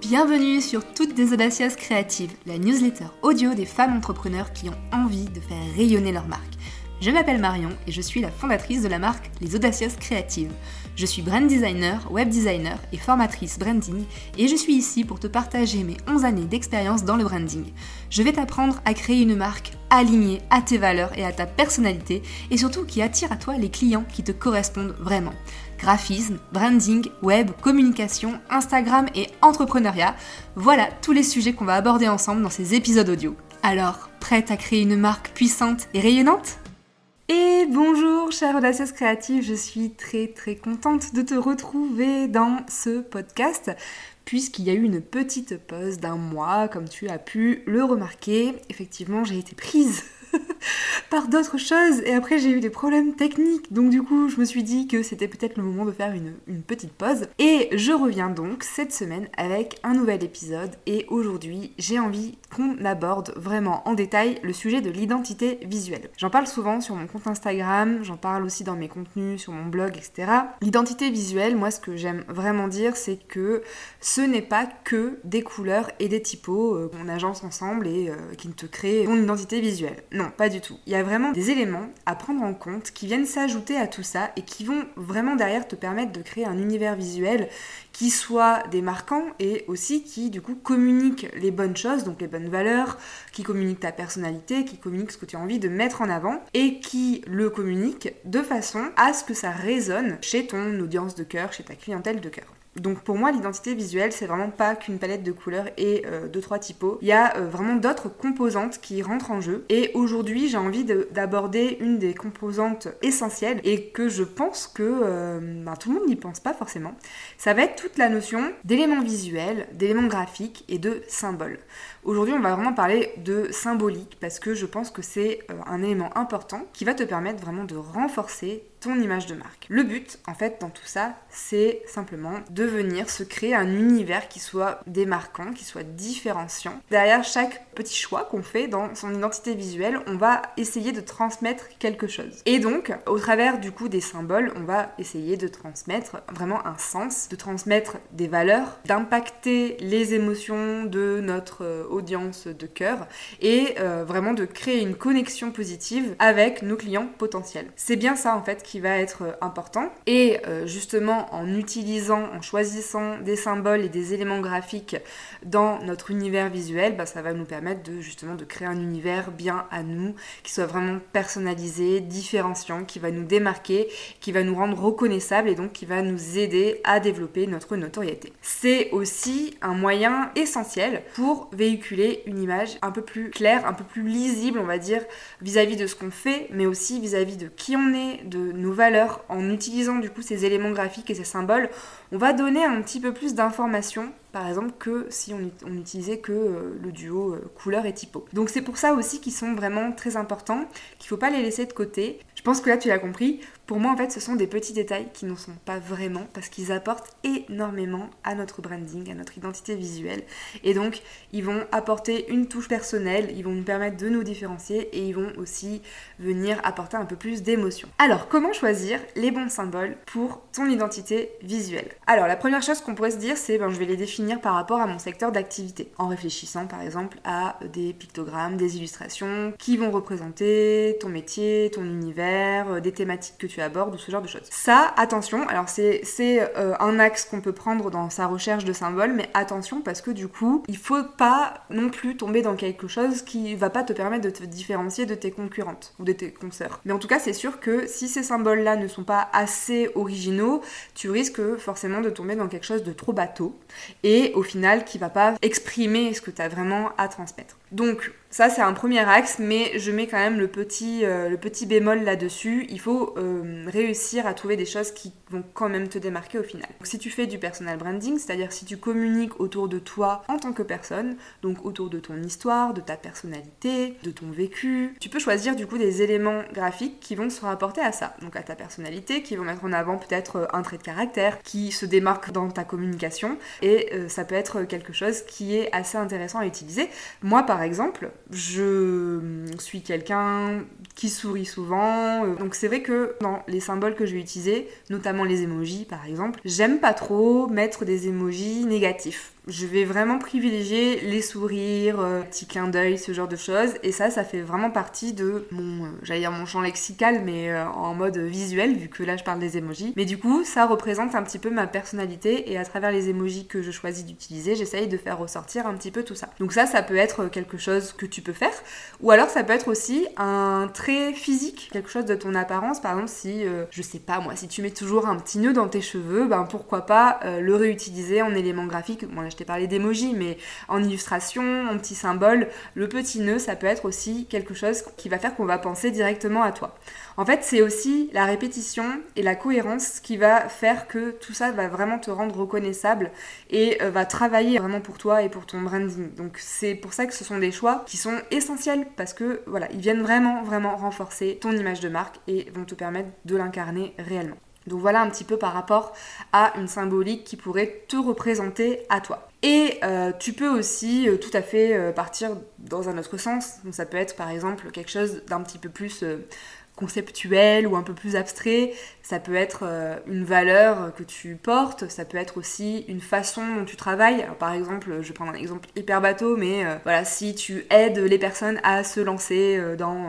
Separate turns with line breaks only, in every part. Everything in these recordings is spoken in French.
Bienvenue sur Toutes des Audacieuses Créatives, la newsletter audio des femmes entrepreneurs qui ont envie de faire rayonner leur marque. Je m'appelle Marion et je suis la fondatrice de la marque Les Audacieuses Créatives. Je suis brand designer, web designer et formatrice branding et je suis ici pour te partager mes 11 années d'expérience dans le branding. Je vais t'apprendre à créer une marque alignée à tes valeurs et à ta personnalité et surtout qui attire à toi les clients qui te correspondent vraiment. Graphisme, branding, web, communication, Instagram et entrepreneuriat, voilà tous les sujets qu'on va aborder ensemble dans ces épisodes audio. Alors, prête à créer une marque puissante et rayonnante ? Et bonjour chère audacieuse créative, je suis très contente de te retrouver dans ce podcast puisqu'il y a eu une petite pause d'un mois, comme tu as pu le remarquer. Effectivement, j'ai été prise par d'autres choses et après j'ai eu des problèmes techniques, donc du coup je me suis dit que c'était peut-être le moment de faire une petite pause et je reviens donc cette semaine avec un nouvel épisode et aujourd'hui j'ai envie qu'on aborde vraiment en détail le sujet de l'identité visuelle. J'en parle souvent sur mon compte Instagram, j'en parle aussi dans mes contenus, sur mon blog, etc. L'identité visuelle, moi ce que j'aime vraiment dire c'est que ce n'est pas que des couleurs et des typos qu'on agence ensemble et qui te créent ton identité visuelle. Non, pas du tout. Il y a vraiment des éléments à prendre en compte qui viennent s'ajouter à tout ça et qui vont vraiment derrière te permettre de créer un univers visuel qui soit démarquant et aussi qui du coup communique les bonnes choses, donc les bonnes valeurs, qui communique ta personnalité, qui communique ce que tu as envie de mettre en avant et qui le communique de façon à ce que ça résonne chez ton audience de cœur, chez ta clientèle de cœur. Donc pour moi, l'identité visuelle, c'est vraiment pas qu'une palette de couleurs et 2-3 typos. Il y a vraiment d'autres composantes qui rentrent en jeu. Et aujourd'hui, j'ai envie d'aborder une des composantes essentielles et que je pense que tout le monde n'y pense pas forcément. Ça va être toute la notion d'éléments visuels, d'éléments graphiques et de symboles. Aujourd'hui, on va vraiment parler de symbolique parce que je pense que c'est un élément important qui va te permettre vraiment de renforcer ton image de marque. Le but, en fait, dans tout ça, c'est simplement de venir se créer un univers qui soit démarquant, qui soit différenciant. Derrière chaque petit choix qu'on fait dans son identité visuelle, on va essayer de transmettre quelque chose. Et donc, au travers du coup des symboles, on va essayer de transmettre vraiment un sens, de transmettre des valeurs, d'impacter les émotions de notre audience de cœur et vraiment de créer une connexion positive avec nos clients potentiels. C'est bien ça en fait qui va être important et justement en choisissant des symboles et des éléments graphiques dans notre univers visuel, ça va nous permettre de créer un univers bien à nous, qui soit vraiment personnalisé, différenciant, qui va nous démarquer, qui va nous rendre reconnaissables et donc qui va nous aider à développer notre notoriété. C'est aussi un moyen essentiel pour véhiculer une image un peu plus claire, un peu plus lisible, on va dire, vis-à-vis de ce qu'on fait, mais aussi vis-à-vis de qui on est, de nos valeurs. En utilisant du coup ces éléments graphiques et ces symboles, on va donner un petit peu plus d'informations, par exemple, que si on utilisait que le duo couleur et typo. Donc c'est pour ça aussi qu'ils sont vraiment très importants, qu'il ne faut pas les laisser de côté. Je pense que là tu l'as compris, pour moi en fait ce sont des petits détails qui n'en sont pas vraiment parce qu'ils apportent énormément à notre branding, à notre identité visuelle et donc ils vont apporter une touche personnelle, ils vont nous permettre de nous différencier et ils vont aussi venir apporter un peu plus d'émotion. Alors comment choisir les bons symboles pour ton identité visuelle ? Alors la première chose qu'on pourrait se dire c'est je vais les définir par rapport à mon secteur d'activité en réfléchissant par exemple à des pictogrammes, des illustrations qui vont représenter ton métier, ton univers, des thématiques que tu abordes ou ce genre de choses. Ça, attention, alors c'est un axe qu'on peut prendre dans sa recherche de symboles, mais attention parce que du coup, il faut pas non plus tomber dans quelque chose qui va pas te permettre de te différencier de tes concurrentes ou de tes consoeurs. Mais en tout cas, c'est sûr que si ces symboles-là ne sont pas assez originaux, tu risques forcément de tomber dans quelque chose de trop bateau et au final qui va pas exprimer ce que tu as vraiment à transmettre. Donc ça c'est un premier axe, mais je mets quand même le petit bémol là-dessus. Il faut réussir à trouver des choses qui vont quand même te démarquer au final. Donc, si tu fais du personal branding, c'est-à-dire si tu communiques autour de toi en tant que personne, donc autour de ton histoire, de ta personnalité, de ton vécu, tu peux choisir du coup des éléments graphiques qui vont se rapporter à ça, donc à ta personnalité, qui vont mettre en avant peut-être un trait de caractère qui se démarque dans ta communication et ça peut être quelque chose qui est assez intéressant à utiliser. Moi par exemple, je suis quelqu'un qui sourit souvent, donc c'est vrai que dans les symboles que je vais utiliser, notamment les emojis par exemple, j'aime pas trop mettre des emojis négatifs. Je vais vraiment privilégier les sourires, petits clins d'œil, ce genre de choses. Et ça fait vraiment partie de mon champ lexical, mais en mode visuel, vu que là je parle des emojis. Mais du coup, ça représente un petit peu ma personnalité et à travers les emojis que je choisis d'utiliser, j'essaye de faire ressortir un petit peu tout ça. Donc ça peut être quelque chose que tu peux faire. Ou alors ça peut être aussi un trait physique, quelque chose de ton apparence. Par exemple, si, je sais pas moi, si tu mets toujours un petit nœud dans tes cheveux, pourquoi pas le réutiliser en élément graphique. Bon là je t'ai parlé d'emojis, mais en illustration, en petit symbole, le petit nœud, ça peut être aussi quelque chose qui va faire qu'on va penser directement à toi. En fait, c'est aussi la répétition et la cohérence qui va faire que tout ça va vraiment te rendre reconnaissable et va travailler vraiment pour toi et pour ton branding. Donc c'est pour ça que ce sont des choix qui sont essentiels parce que voilà, ils viennent vraiment renforcer ton image de marque et vont te permettre de l'incarner réellement. Donc voilà un petit peu par rapport à une symbolique qui pourrait te représenter à toi. Et tu peux aussi tout à fait partir dans un autre sens. Donc ça peut être par exemple quelque chose d'un petit peu plus conceptuel ou un peu plus abstrait. Ça peut être une valeur que tu portes, ça peut être aussi une façon dont tu travailles. Alors, par exemple, je vais prendre un exemple hyper bateau, mais voilà, si tu aides les personnes à se lancer dans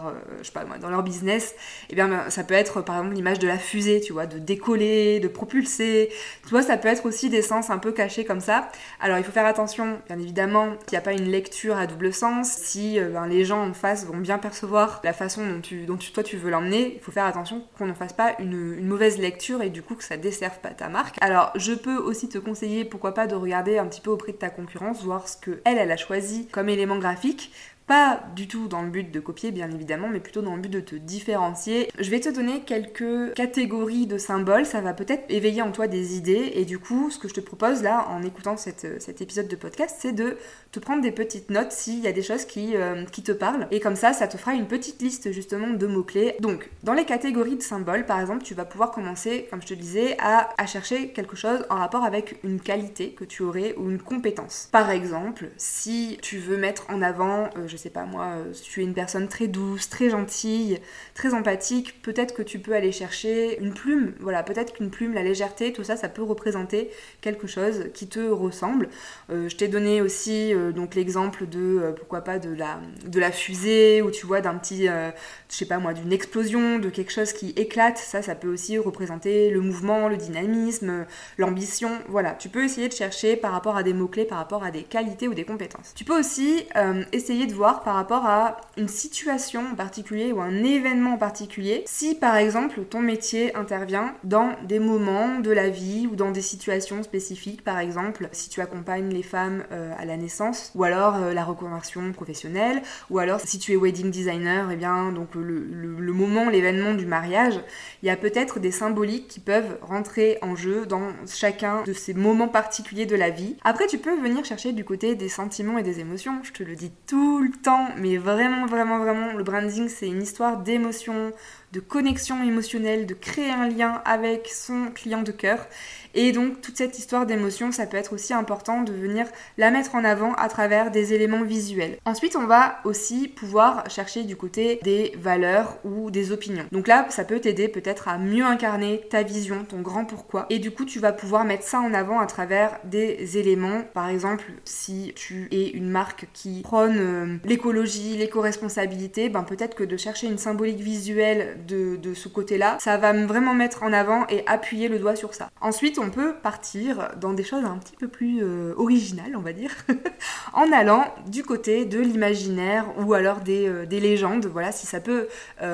leur business, eh bien ça peut être par exemple l'image de la fusée, tu vois, de décoller, de propulser. Tu vois, ça peut être aussi des sens un peu cachés comme ça. Alors il faut faire attention, bien évidemment, qu'il n'y a pas une lecture à double sens. Si les gens en face vont bien percevoir la façon dont toi tu veux l'emmener, il faut faire attention qu'on n'en fasse pas une mauvaise lecture et du coup que ça desserve pas ta marque. Alors je peux aussi te conseiller pourquoi pas de regarder un petit peu auprès de ta concurrence, voir ce que elle a choisi comme élément graphique. Pas du tout dans le but de copier bien évidemment, mais plutôt dans le but de te différencier. Je vais te donner quelques catégories de symboles, ça va peut-être éveiller en toi des idées et du coup ce que je te propose là en écoutant cet épisode de podcast, c'est de te prendre des petites notes s'il y a des choses qui te parlent et comme ça te fera une petite liste justement de mots-clés. Donc dans les catégories de symboles par exemple, tu vas pouvoir commencer, comme je te disais, à chercher quelque chose en rapport avec une qualité que tu aurais ou une compétence. Par exemple, si tu veux mettre en avant je sais pas moi, si tu es une personne très douce, très gentille, très empathique, peut-être que tu peux aller chercher une plume. Voilà, peut-être qu'une plume, la légèreté, tout ça, ça peut représenter quelque chose qui te ressemble. Je t'ai donné aussi donc l'exemple de, pourquoi pas, de la fusée, ou tu vois, d'un petit, je sais pas moi, d'une explosion, de quelque chose qui éclate. Ça peut aussi représenter le mouvement, le dynamisme, l'ambition. Voilà, tu peux essayer de chercher par rapport à des mots-clés, par rapport à des qualités ou des compétences. Tu peux aussi essayer de voir par rapport à une situation en particulier ou un événement en particulier. Si par exemple ton métier intervient dans des moments de la vie ou dans des situations spécifiques, par exemple si tu accompagnes les femmes à la naissance ou alors la reconversion professionnelle ou alors si tu es wedding designer, et bien donc le moment, l'événement du mariage, il y a peut-être des symboliques qui peuvent rentrer en jeu dans chacun de ces moments particuliers de la vie. Après tu peux venir chercher du côté des sentiments et des émotions, je te le dis tout le temps, mais vraiment, le branding, c'est une histoire d'émotion, de connexion émotionnelle, de créer un lien avec son client de cœur. Et donc, toute cette histoire d'émotion, ça peut être aussi important de venir la mettre en avant à travers des éléments visuels. Ensuite, on va aussi pouvoir chercher du côté des valeurs ou des opinions. Donc là, ça peut t'aider peut-être à mieux incarner ta vision, ton grand pourquoi. Et du coup, tu vas pouvoir mettre ça en avant à travers des éléments. Par exemple, si tu es une marque qui prône l'écologie, l'éco-responsabilité, peut-être que de chercher une symbolique visuelle de ce côté-là, ça va vraiment mettre en avant et appuyer le doigt sur ça. Ensuite, on peut partir dans des choses un petit peu plus originales, on va dire, en allant du côté de l'imaginaire ou alors des légendes. Voilà, si ça peut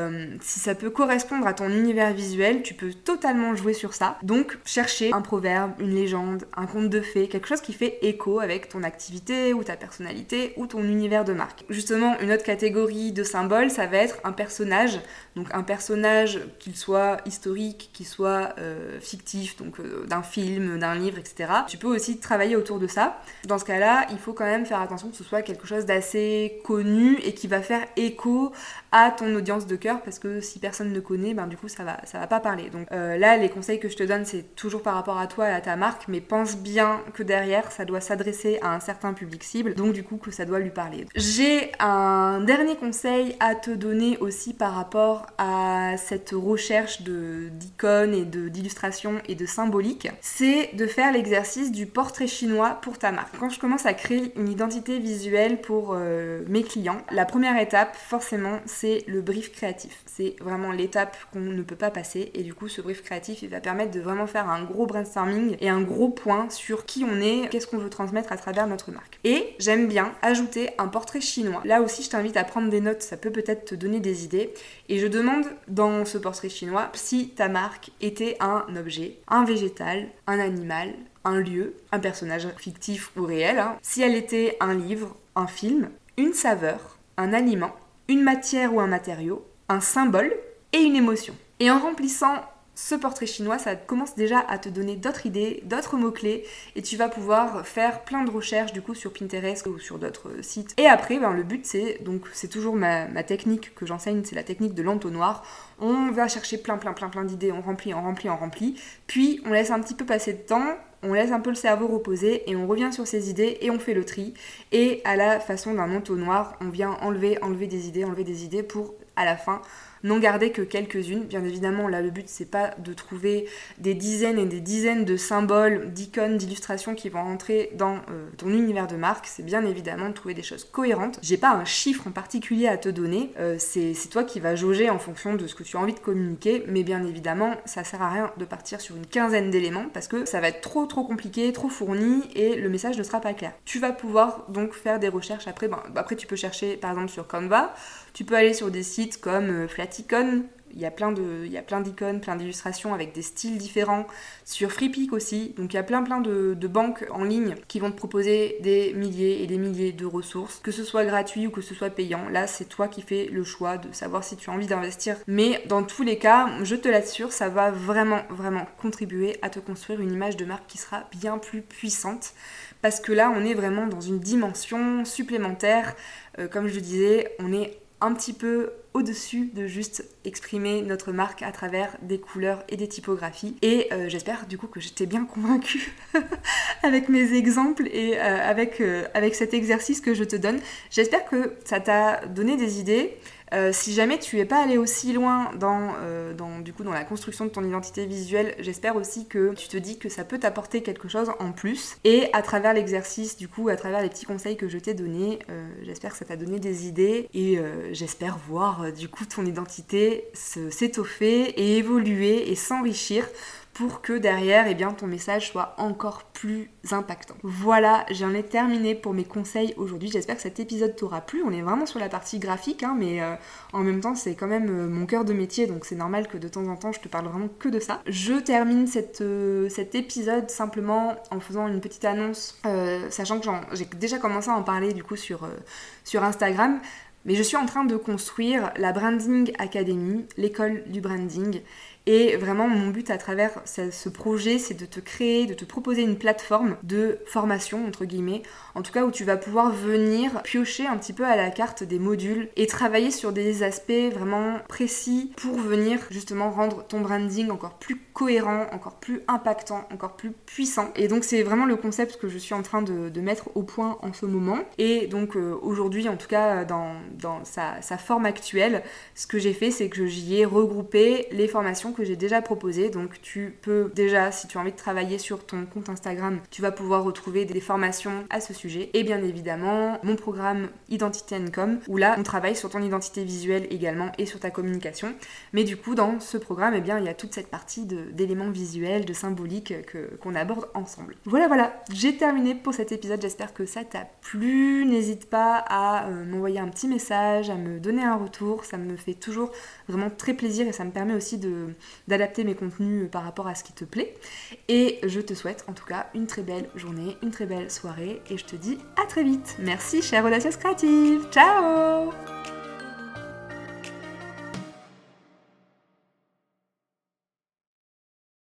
correspondre à ton univers visuel, tu peux totalement jouer sur ça. Donc, chercher un proverbe, une légende, un conte de fées, quelque chose qui fait écho avec ton activité ou ta personnalité ou ton univers de marque. Justement, une autre catégorie de symboles, ça va être un personnage. Donc un personnage, qu'il soit historique, qu'il soit fictif, donc d'un film, d'un livre, etc. Tu peux aussi travailler autour de ça. Dans ce cas-là, il faut quand même faire attention que ce soit quelque chose d'assez connu et qui va faire écho à ton audience de cœur, parce que si personne ne connaît, du coup ça va pas parler. Donc là, les conseils que je te donne, c'est toujours par rapport à toi et à ta marque, mais pense bien que derrière, ça doit s'adresser à un certain public cible, donc du coup que ça doit lui parler. J'ai un dernier conseil à te donner aussi par rapport à cette recherche d'icônes et d'illustrations et de symbolique. donc, c'est de faire l'exercice du portrait chinois pour ta marque. Quand je commence à créer une identité visuelle pour mes clients, la première étape, forcément, c'est le brief créatif. C'est vraiment l'étape qu'on ne peut pas passer et du coup, ce brief créatif, il va permettre de vraiment faire un gros brainstorming et un gros point sur qui on est, qu'est-ce qu'on veut transmettre à travers notre marque. Et j'aime bien ajouter un portrait chinois. Là aussi, je t'invite à prendre des notes, ça peut peut-être te donner des idées. Et je demande dans ce portrait chinois si ta marque était un objet, un végétal, un animal, un lieu, un personnage fictif ou réel, si elle était un livre, un film, une saveur, un aliment, une matière ou un matériau, un symbole et une émotion. Et en remplissant ce portrait chinois, ça commence déjà à te donner d'autres idées, d'autres mots-clés et tu vas pouvoir faire plein de recherches du coup sur Pinterest ou sur d'autres sites. Et après, le but c'est toujours ma technique que j'enseigne, c'est la technique de l'entonnoir. On va chercher plein d'idées, on remplit, puis on laisse un petit peu passer de temps, on laisse un peu le cerveau reposer et on revient sur ces idées et on fait le tri. Et à la façon d'un entonnoir, on vient enlever des idées pour à la fin n'en garder que quelques-unes. Bien évidemment, là, le but, c'est pas de trouver des dizaines et des dizaines de symboles, d'icônes, d'illustrations qui vont rentrer dans ton univers de marque. C'est bien évidemment de trouver des choses cohérentes. J'ai pas un chiffre en particulier à te donner. C'est toi qui vas jauger en fonction de ce que tu as envie de communiquer. Mais bien évidemment, ça sert à rien de partir sur une quinzaine d'éléments parce que ça va être trop compliqué, trop fourni et le message ne sera pas clair. Tu vas pouvoir donc faire des recherches après. Après, tu peux chercher par exemple sur Canva. Tu peux aller sur des sites comme Flaticon, il y a plein d'icônes, plein d'illustrations avec des styles différents. Sur Freepik aussi, donc il y a plein de banques en ligne qui vont te proposer des milliers et des milliers de ressources, que ce soit gratuit ou que ce soit payant. Là, c'est toi qui fais le choix de savoir si tu as envie d'investir. Mais dans tous les cas, je te l'assure, ça va vraiment contribuer à te construire une image de marque qui sera bien plus puissante. Parce que là, on est vraiment dans une dimension supplémentaire. Comme je le disais, on est un petit peu au-dessus de juste exprimer notre marque à travers des couleurs et des typographies. Et j'espère du coup que je t'ai bien convaincue avec mes exemples et avec cet exercice que je te donne. J'espère que ça t'a donné des idées. Si jamais tu n'es pas allé aussi loin dans la construction de ton identité visuelle, j'espère aussi que tu te dis que ça peut t'apporter quelque chose en plus. Et à travers l'exercice, du coup, à travers les petits conseils que je t'ai donnés, j'espère que ça t'a donné des idées et j'espère voir du coup ton identité s'étoffer et évoluer et s'enrichir pour que derrière, ton message soit encore plus impactant. Voilà, j'en ai terminé pour mes conseils aujourd'hui. J'espère que cet épisode t'aura plu. On est vraiment sur la partie graphique, mais en même temps, c'est quand même mon cœur de métier, donc c'est normal que de temps en temps, je te parle vraiment que de ça. Je termine cet épisode simplement en faisant une petite annonce, sachant que j'ai déjà commencé à en parler du coup sur Instagram. Mais je suis en train de construire la Branding Academy, l'école du branding. Et vraiment, mon but à travers ce projet, c'est de te créer, de te proposer une plateforme de formation, entre guillemets, en tout cas où tu vas pouvoir venir piocher un petit peu à la carte des modules et travailler sur des aspects vraiment précis pour venir justement rendre ton branding encore plus cohérent, encore plus impactant, encore plus puissant. Et donc, c'est vraiment le concept que je suis en train de mettre au point en ce moment. Et donc, aujourd'hui, en tout cas, dans sa forme actuelle, ce que j'ai fait, c'est que j'y ai regroupé les formations que j'ai déjà proposées. Donc tu peux déjà, si tu as envie de travailler sur ton compte Instagram, tu vas pouvoir retrouver des formations à ce sujet. Et bien évidemment, mon programme Identité & Com, où là, on travaille sur ton identité visuelle également et sur ta communication. Mais du coup, dans ce programme, il y a toute cette partie d'éléments visuels, de symbolique qu'on aborde ensemble. Voilà, j'ai terminé pour cet épisode. J'espère que ça t'a plu. N'hésite pas à m'envoyer un petit message, à me donner un retour. Ça me fait toujours vraiment très plaisir et ça me permet aussi d'adapter mes contenus par rapport à ce qui te plaît. Et je te souhaite en tout cas une très belle journée, une très belle soirée et je te dis à très vite. Merci chère Audacieuse Créative. Ciao!